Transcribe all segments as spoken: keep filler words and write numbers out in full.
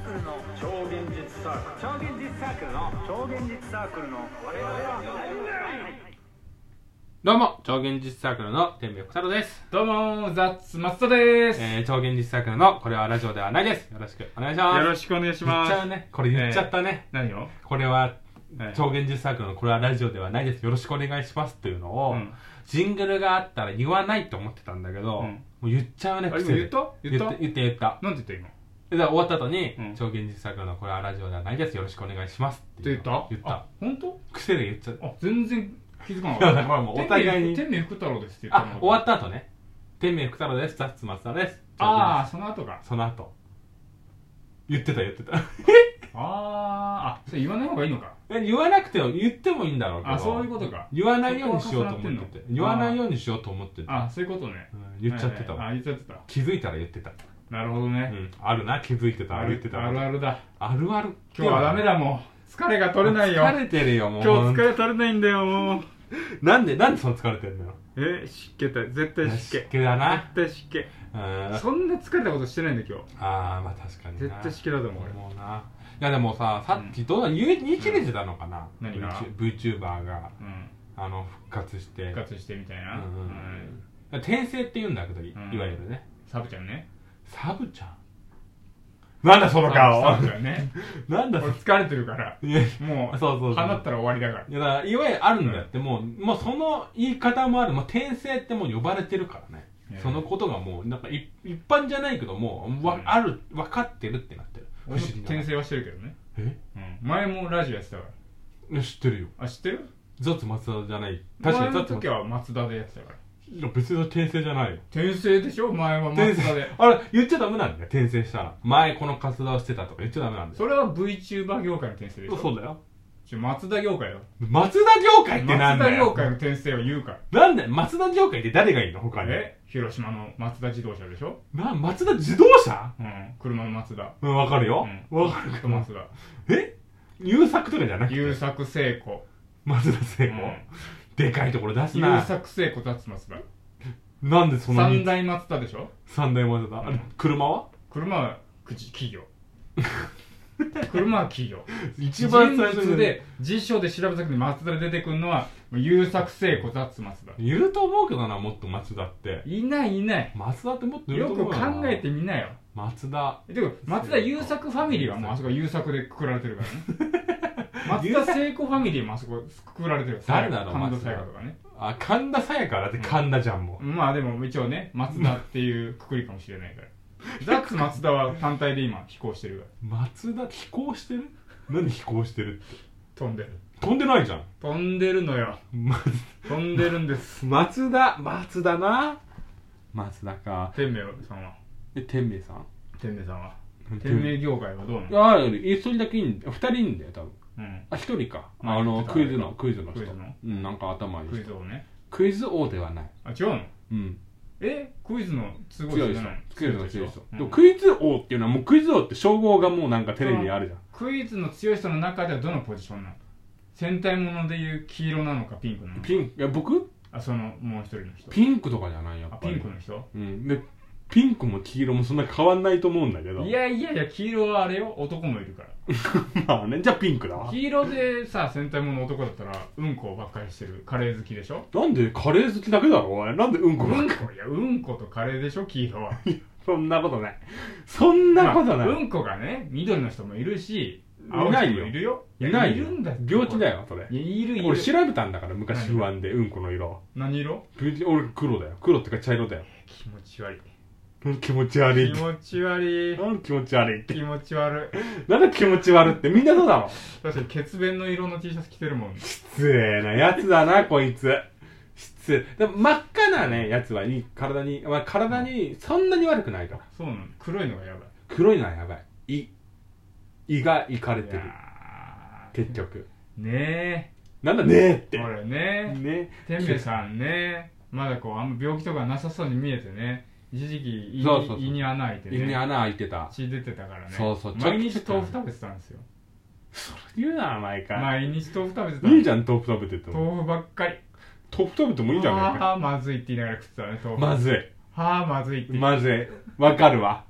クルの超現実サークル超現実サークルの超現実サークルの我々はどうも超現実サークルの天命小太郎です。 どうもザッツ松田です、 えー、超現実サークルのこれはラジオではないです。よろしくお願いします。 よろしくお願いします。 言っちゃうね、これ言っちゃったね、 えー、何をこれは、 はい、 超現実サークルのこれはラジオではないです、よろしくお願いしますっていうのを、うん、ジングルがあったら言わないと思ってたんだけど、うん、もう言っちゃうね。 あ、今言った言った言った言った。 なんて言った今。 だから終わった後に、うん、超現実サークルのこれはラジオではないです、よろしくお願いしますって言った。 言った。 本当？ 癖で言っちゃう。 あ、全然気づかなかった。 まあもうお互いに天命福太郎ですって言ったの。 あ、終わった後ね。天命福太郎です、ザッツ松田です。 ああ、その後か。 その後言ってた言ってた。 ああ、それ言わない方がいいのか。 え、言わなくても言ってもいいんだろうけど。 あ、そういうことか。 言わないようにしようと思ってて。言わないようにしようと思ってて。 あ、そういうことね。 うん、言っちゃってたわ。 はいはい、あ、言っちゃってた。 気づいたら言ってた。 なるほどね。 うん、あるな、気づいてたら言ってた。 あるあるだ。 あるある。 今日はダメだもう。疲れが取れないよ。 疲れてるよもう。 今日疲れ取れないんだよもう。 なんでなんでそんな疲れてんのよ。 え、湿気だ。絶対湿気。 湿気だな。 絶対湿気。そんな疲れたことしてないんだ今日。 ああ、まあ確かにな。 絶対湿気だと思う俺。 もうな。いやでもさ、さっきどうだ、言い切れてたのかな、 うん、何が VTuber が、うん、あの復活して復活してみたいな、うんうん、転生って言うんだけど、いわゆるね、 サブちゃんね。 サブちゃんなんだその顔。 サブちゃんね。 なんだ俺疲れてるからもうそうそうそう、 放ったら終わりだから。 いやだからいわゆるあるんだって、うん、もうもうその言い方もある。もう転生ってもう呼ばれてるからね、そのことがもうなんか一般じゃないけどもう、わ、うん、ある分かってるってなってる。 不思議な。転生はしてるけどね。 え、 うん、前もラジオやってたから。 知ってるよ。 あ、知ってる？ ザッツ松田じゃない。 確かに前の時は松田でやってたから。 いや別に転生じゃないよ。 転生でしょ、前は松田で。 あれ言っちゃダメなんだよ、転生したら。前この活動してたとか言っちゃダメなんだよ。 それは VTuber 業界の転生でしょ。 そうだよ。 ちょ、松田業界よ。 松田業界ってなんだよ。 松田業界の転生を言うから。 なんで松田業界って誰がいいの他に。 え、広島の松田自動車でしょ。 な、松田自動車？ うん、車の松田。 うん、わかるよ。 うん、 わかるけど。松田。 え？優作とかじゃなくて。 優作聖子。 松田聖子、うん、でかいところ出すな。 優作聖子脱松田。 なんでそんなに。 三大松田でしょ。 三大松田。あれ、車は？ 車は企業。車は企業。 一番最初で辞書で調べた時に松田で出てくるのは優作聖子脱松田。 いると思うけどな、もっと松田って。 いないいない。 松田ってもっといると思うよ。 よく考えてみなよ。 松田。 でも松田優作ファミリーはもうあそこ優作でくくられてるからね。松田聖子ファミリーもあそこくくられてる。 誰だろう。 神田沙也加とかね。 あ、神田沙也加だって神田じゃんもう。 まあでも一応ね、松田っていうくくりかもしれないから。ザッツ松田は単体で今飛行してるから。 松田飛行してる？何飛行してるって。 飛んでる。 飛んでないじゃん。 飛んでるのよ。ま、飛んでるんです。 松田、松田な。松田か。 天明さんは。 え、天明さん？ 天明さんは。天明業界はどうなの？ ああ、一人だけいいんだよ。二人いいんだよ、多分。うん。あ、一人か。あの、クイズの、クイズの人。クイズの？うん、なんか頭いい。 クイズ王ね。 クイズ王ではない。 あ、違うの？ うん。 え、クイズのすごい人じゃない？ クイズの強い人。でもクイズ王っていうのはもうクイズ王って称号がもうなんかテレビにあるじゃん。 クイズの強い人の中ではどのポジションなの？戦隊ものでいう黄色なのかピンクなのか？ ピンク、いや僕？ あ、そのもう一人の人。 ピンクとかじゃないやっぱり。 あ、ピンクの人？ うん。で、ピンクも黄色もそんな変わんないと思うんだけど。 いやいやいや、黄色はあれよ、男もいるから。 まあね、じゃあピンクだわ。 黄色でさ、戦隊もの男だったらうんこばっかりしてるカレー好きでしょ。 なんでカレー好きだけだろお前。なんでうんこばっかり。 うんこ、いや、うんことカレーでしょ黄色は。 そんなことない。そんなことない、 まあ、うんこがね、緑の人もいるし、 いないよ。 いるよ。 いないよ。 いるんだよ。 病気だよ、それ。 いや、いるいる。 俺調べたんだから、昔不安で、うんこの色。 何色？ 俺黒だよ。黒ってか茶色だよ。 気持ち悪い。 気持ち悪い。 気持ち悪い。 なんで気持ち悪いって。 気持ち悪い。 なんで気持ち悪いってみんなそうだろ。 確かに血便の色の T シャツ着てるもんね。 失礼なやつだな、こいつ。失礼。でも真っ赤なね、やつはいい。体に、まあ、体にそんなに悪くないから。 そうなの。黒いのがやばい。 黒いのはやばい。胃。胃がいかれてる。結局。 ねえ。 なんだねえって。 これね。 ね天明さんね。まだこう、あんま病気とかなさそうに見えてね。一時期胃に、 そうそうそう、 胃に穴開いてね。 胃に穴開いてた。 血出てたからね。 そうそう。 毎日豆腐食べてたんですよ。 それ言うな、毎回。 毎日豆腐食べてた。いいいじゃん、豆腐食べてても。 豆腐ばっかり。 豆腐食べてもいいじゃんね。 はあ、まずいって言いながら食ってたね、豆腐。 まずい。 はあ、まずいって。 まずい。わかるわ。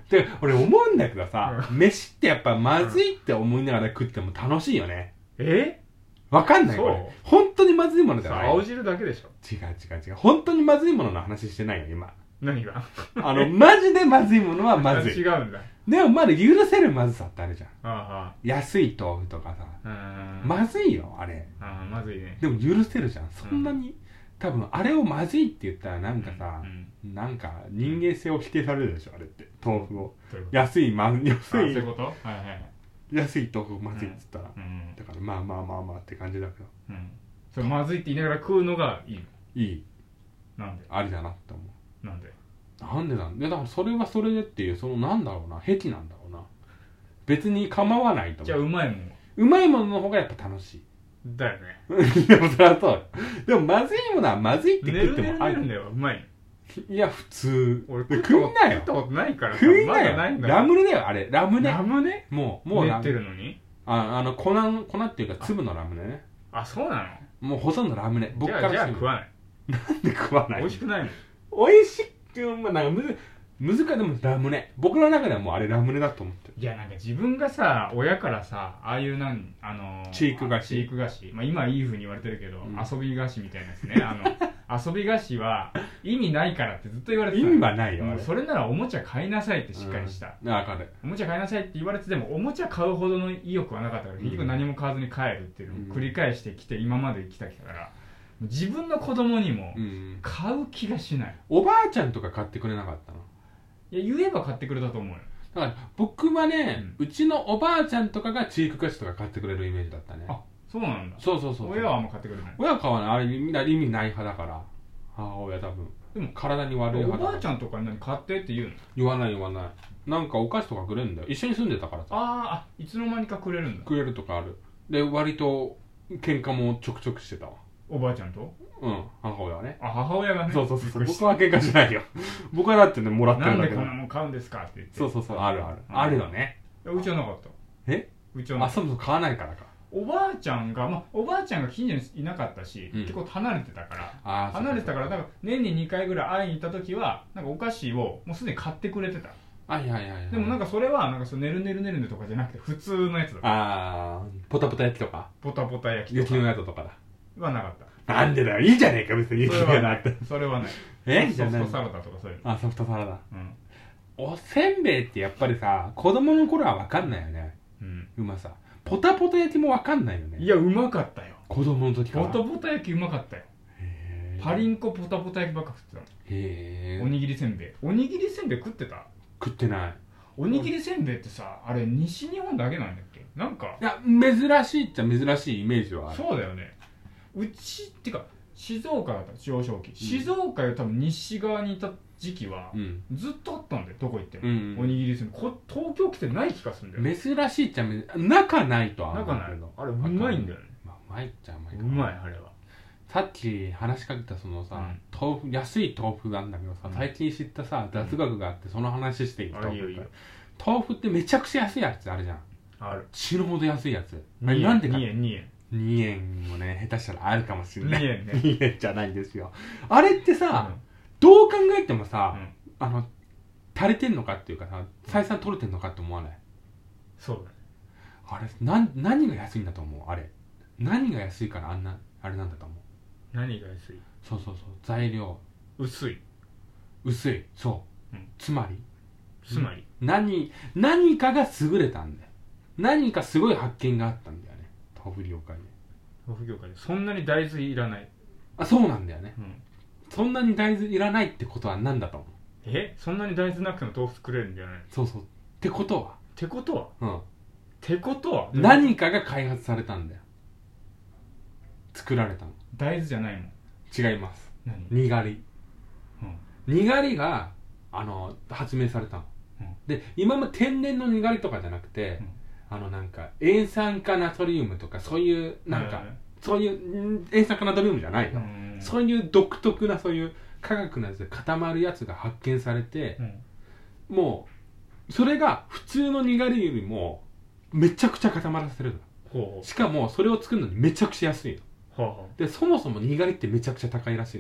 で俺思うんだけどさ、飯ってやっぱまずいって思いながら食っても楽しいよね。 えわかんないこれ。 そう本当にまずいものじゃない。 青汁だけでしょ。 違う違う違う。本当にまずいものの話してないよ、今。 何があの、マジでまずいものはまずい。 違うんだ。 でもまだ許せるまずさってあるじゃん。 あ安い豆腐とかさ。 あ。 まずいよ、あれ。 ああ、まずいね。 でも許せるじゃん。そんなに。多分、あれをまずいって言ったらなんかさ、 うん、 なんか人間性を否定されるでしょ、あれって。豆腐を。 どういうこと安い、ま、安い。 そういうことはいはい。 安い豆腐まずいっつったら。 うん。 だからまあまあまあまあって感じだけど。 うん。それまずいって言いながら食うのがいいの。 いい。 なんでありだなって思う。 なんでなんでなんでだからそれはそれでっていう、そのなんだろうな、癖なんだろうな。別に構わないと思う。 じゃあうまいもん。 うまいものの方がやっぱ楽しい。 だよね。 でもそれはそう。でもまずいものはまずいって食ってもある。 ねるねるねるねはうまい。 いや、普通。 俺食いなよ。 食ったことないからさ。 食いなまだないんよ。 だラムネだよ、あれ。ラムネ。 ラムネもう、もう練っラムネ。 てるのにあ、あの、粉の、粉っていうか粒のラムネね。 あ、そうなもうほとんどラムネ。 の僕じゃあじゃあからしてみる食わない。 なんで食わない美味しくないの美味しく、まあ、なんかむず、むずかでもラムネ。僕の中ではもうあれラムネだと思ってる。 いやなんか自分がさ親からさああいうなんあのー、 チーク菓子チーク菓子まあ今いい風に言われてるけど、 うん遊び菓子みたいなやつねあの遊び菓子は意味ないからってずっと言われてた意味はないよあれもうそれならおもちゃ買いなさいってしっかりした、 うん、わかる。 おもちゃ買いなさいって言われててもおもちゃ買うほどの意欲はなかったから、 うん結局何も買わずに帰るっていうのを繰り返してきて今まで来たきたから自分の子供にもうん。 買う気がしない、 おばあちゃんとか買ってくれなかったの？ いや言えば買ってくれたと思うよ。 だから僕はね、うちのおばあちゃんとかがチーク菓子とか買ってくれるイメージだったね。 あそうなんだ。 そうそうそうそう。 親はあんま買ってくれない。 親は買わない。あれみんな意味ない派だから。母親多分。 でも体に悪いお派だから。 ばあちゃんとかに何買ってって言うの？ 言わない言わない。なんかお菓子とかくれるんだよ。一緒に住んでたからさ。 あーあいつの間にかくれるんだ。 くれるとかある。で、割と喧嘩もちょくちょくしてたわ。 おばあちゃんと？ うん、母親はね。 あ母親がね。 そうそうそう。 びっくりし僕は喧嘩しないよ。僕はだってね、もらってたなんでるだけだこんなもん買うんですかって言って。 そうそうそう、あるある。 うんあるよね。 うちはなかった。 えあ、 うちはなかった。 そもそも買わないからか。 おばあちゃんが、まあ、おばあちゃんが近所にいなかったし、 うん結構離れてたから、 あー離れてたから、だから年ににかいぐらい会いに行った時は、なんかお菓子をもうすでに買ってくれてた。 はいはいはいはい。 でもなんかそれは、なんかそのねるねるねるねとかじゃなくて、普通のやつだった。 あー、ポタポタ焼きとか、 ポタポタ焼きと雪のかやつとかだ。 はなかった。 なんでだよ、いいじゃねえか、別に雪それはないがなって。。 それはない。 えソフトじゃサラダとかそういうの。 あ、ソフトサラダ。 うん。 おせんべいってやっぱりさ、子供の頃はわかんないよね。 うん。 うまさ。ポタポタ焼きもわかんないよね。 いや、うまかったよ。 子供の時から。 ポタポタ焼きうまかったよ。 へーパリンコポタポタ焼きばっか食ってたへーの。おにぎりせんべい。おにぎりせんべい食ってた？ 食ってない。 おにぎりせんべいってさ、あれ西日本だけなんだっけ？なんかいや、珍しいっちゃ珍しいイメージはある。 そうだよね。うちってか静岡だった幼少期、静岡より多分西側にいた時期は、 うん。 ずっとあったんだよどこ行っても、 うんうんおにぎりせんべいこ東京来てない気がするんだよ。 珍しいっちゃ珍中ないとは思う中ないけど。 あれうまいんだよね。 まあ、うまいっちゃうまいかうまいあれは。 さっき話しかけたそのさ、豆腐安い豆腐なんだけどさ、 うん最近知ったさ雑学があってその話していい、 あ豆腐いいよいいよ豆腐ってめちゃくちゃ安いやつあるじゃん。 ある。 死ぬほど安いやつ。あれにえんなんでかにえんにえんにえんもね下手したらあるかもしれない。 にえんねにえんじゃないんですよ。あれってさ、 うんどう考えてもさ、 うんあの足りてんのかっていうかさ採算取れてんのかって思わない？ そうだね。 あれなん何が安いんだと思う？あれ何が安いからあんなあれなんだと思う？ 何が安い？ そうそうそう、材料薄い。 薄い。そう、 うんつまりつまり、 何何かが優れたんだよ。何かすごい発見があったんだよね、豆腐業界で。 豆腐業界でそんなに大豆いらない。 あ、そうなんだよね。 うん。 そんなに大豆いらないってことは何だと思う？ えそんなに大豆なくても豆腐作れるんじゃない？っそうそう。ってことは、 てことはうん、 ってことは何かが開発されたんだよ。作られたの。 大豆じゃないもん。 違います。 何？ にがり。 うん。 にがりがあの発明されたの。 うんで、今も天然のにがりとかじゃなくて、あのなんか塩酸化ナトリウムとかそういうなんか、そういうん塩酸化ナトリウムじゃないよ、 うんそういう独特なそういう化学のやつで固まるやつが発見されてう、ん。 もうそれが普通のにがりよりもめちゃくちゃ固まらせるの。 ほうしかもそれを作るのにめちゃくちゃ安いのほうほで、そもそもにがりってめちゃくちゃ高いらしいんだよ。 う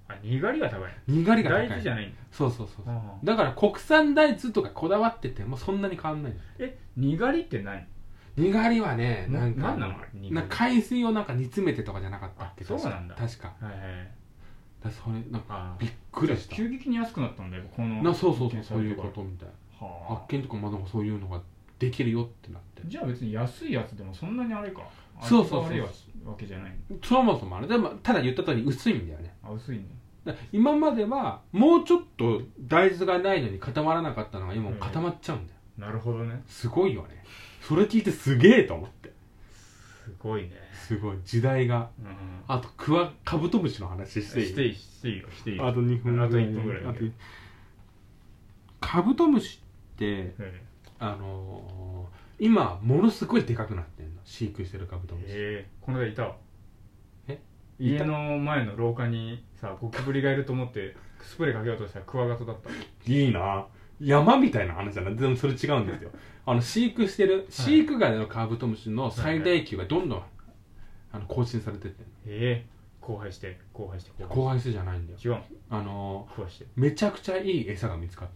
あ、にがりが高い。 にがりが高い。 大豆じゃないんだ。 そうそうそうそう。 ああだから国産大豆とかこだわっててもそんなに変わんない。 え、にがりって何？ にがりはね、 ななんかなんなのあれにがりなんか海水をなんか煮詰めてとかじゃなかったっけ？ あそうなんだ確か。 はいはい。 だそれなんかあびっくりした。 急激に安くなったんだよ、この。 なそうそうそうそういうことみたい。 はあ。 発見とかまだそういうのができるよってなって。 じゃあ別に安いやつでもそんなにあれか。 そうそうそう味が悪いわけじゃない。 そもそもあれでもただ言った通り薄いんだよね。 あ、薄いね。 だ今まではもうちょっと大豆がないのに固まらなかったのが今もう固まっちゃうんだよ。 なるほどね。 すごいよね。それ聞いてすげえと思って。 すごいね。 すごい時代が。 うん。 あとクワカブトムシの話していい？ していいしていいよしていいよ。 あとにふんあといっぷんぐらいあとカブトムシってえあのー、今ものすごいでかくなってんの。飼育してるカブトムシ。 えー、この間いたわ。 え家の前の廊下にさ、ゴキブリがいると思ってスプレーかけようとしたらクワガタだった。 いいな。山みたいな話じゃない。でもそれ違うんですよ。あの飼育してる飼育外のカブトムシの最大級がどんどんあの更新されてってんの。 ええー、交配して交配して交配してじゃないんだよ。 違うの。 あの交配してー、めちゃくちゃいい餌が見つかった。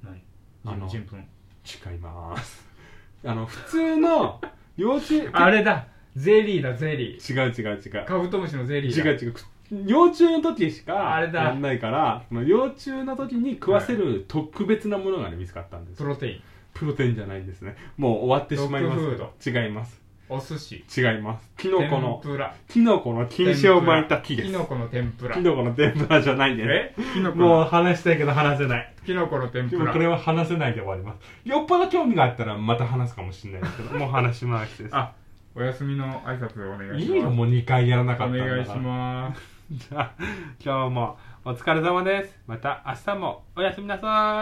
何？ あの人糞。 違いますあの普通の幼稚園あれだ、ゼリーだゼリー。 違う違う違うカブトムシのゼリーだ。 違う違う幼虫の時しかあれだやんないからその幼虫の時に食わせる特別なものが、ね、見つかったんです。 プロテイン。 プロテインじゃないんですね。もう終わってしまいますけドッグど。違います。 お寿司。 違います。キノコの天ぷら。 キノコの菌床を巻いた木です。 キノコの天ぷら。 キノコの天ぷらじゃないんでえ？キノコもうの話したいけど話せない。 キノコの天ぷら。 でもこれは話せないで終わります。よっぽど興味があったらまた話すかもしれないですけど、もう話し回しです。 あ、お休みの挨拶をお願いします。 いいよ、もうにかいやらなかおったんだから。 願いします。 じゃあ、今日もお疲れ様です。また明日もおやすみなさい。